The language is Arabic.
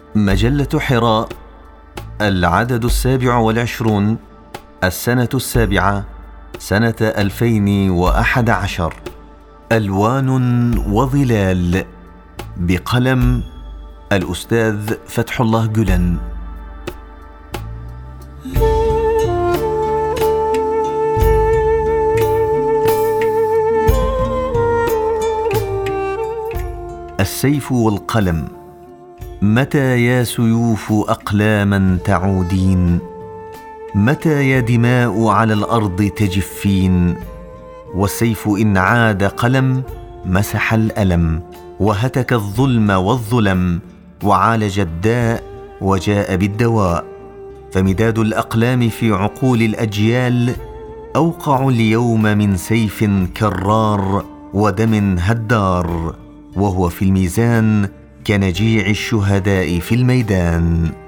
مجلة حراء، العدد 27، السنة 7، سنة 2011. ألوان وظلال، بقلم الأستاذ فتح الله جلن. السيف والقلم. متى يا سيوف أقلاما تعودين؟ متى يا دماء على الأرض تجفين؟ والسيف إن عاد قلم مسح الألم، وهتك الظلم والظلم، وعالج الداء وجاء بالدواء. فمداد الأقلام في عقول الأجيال أوقع اليوم من سيف كرار ودم هدار، وهو في الميزان كنجيع الشهداء في الميدان.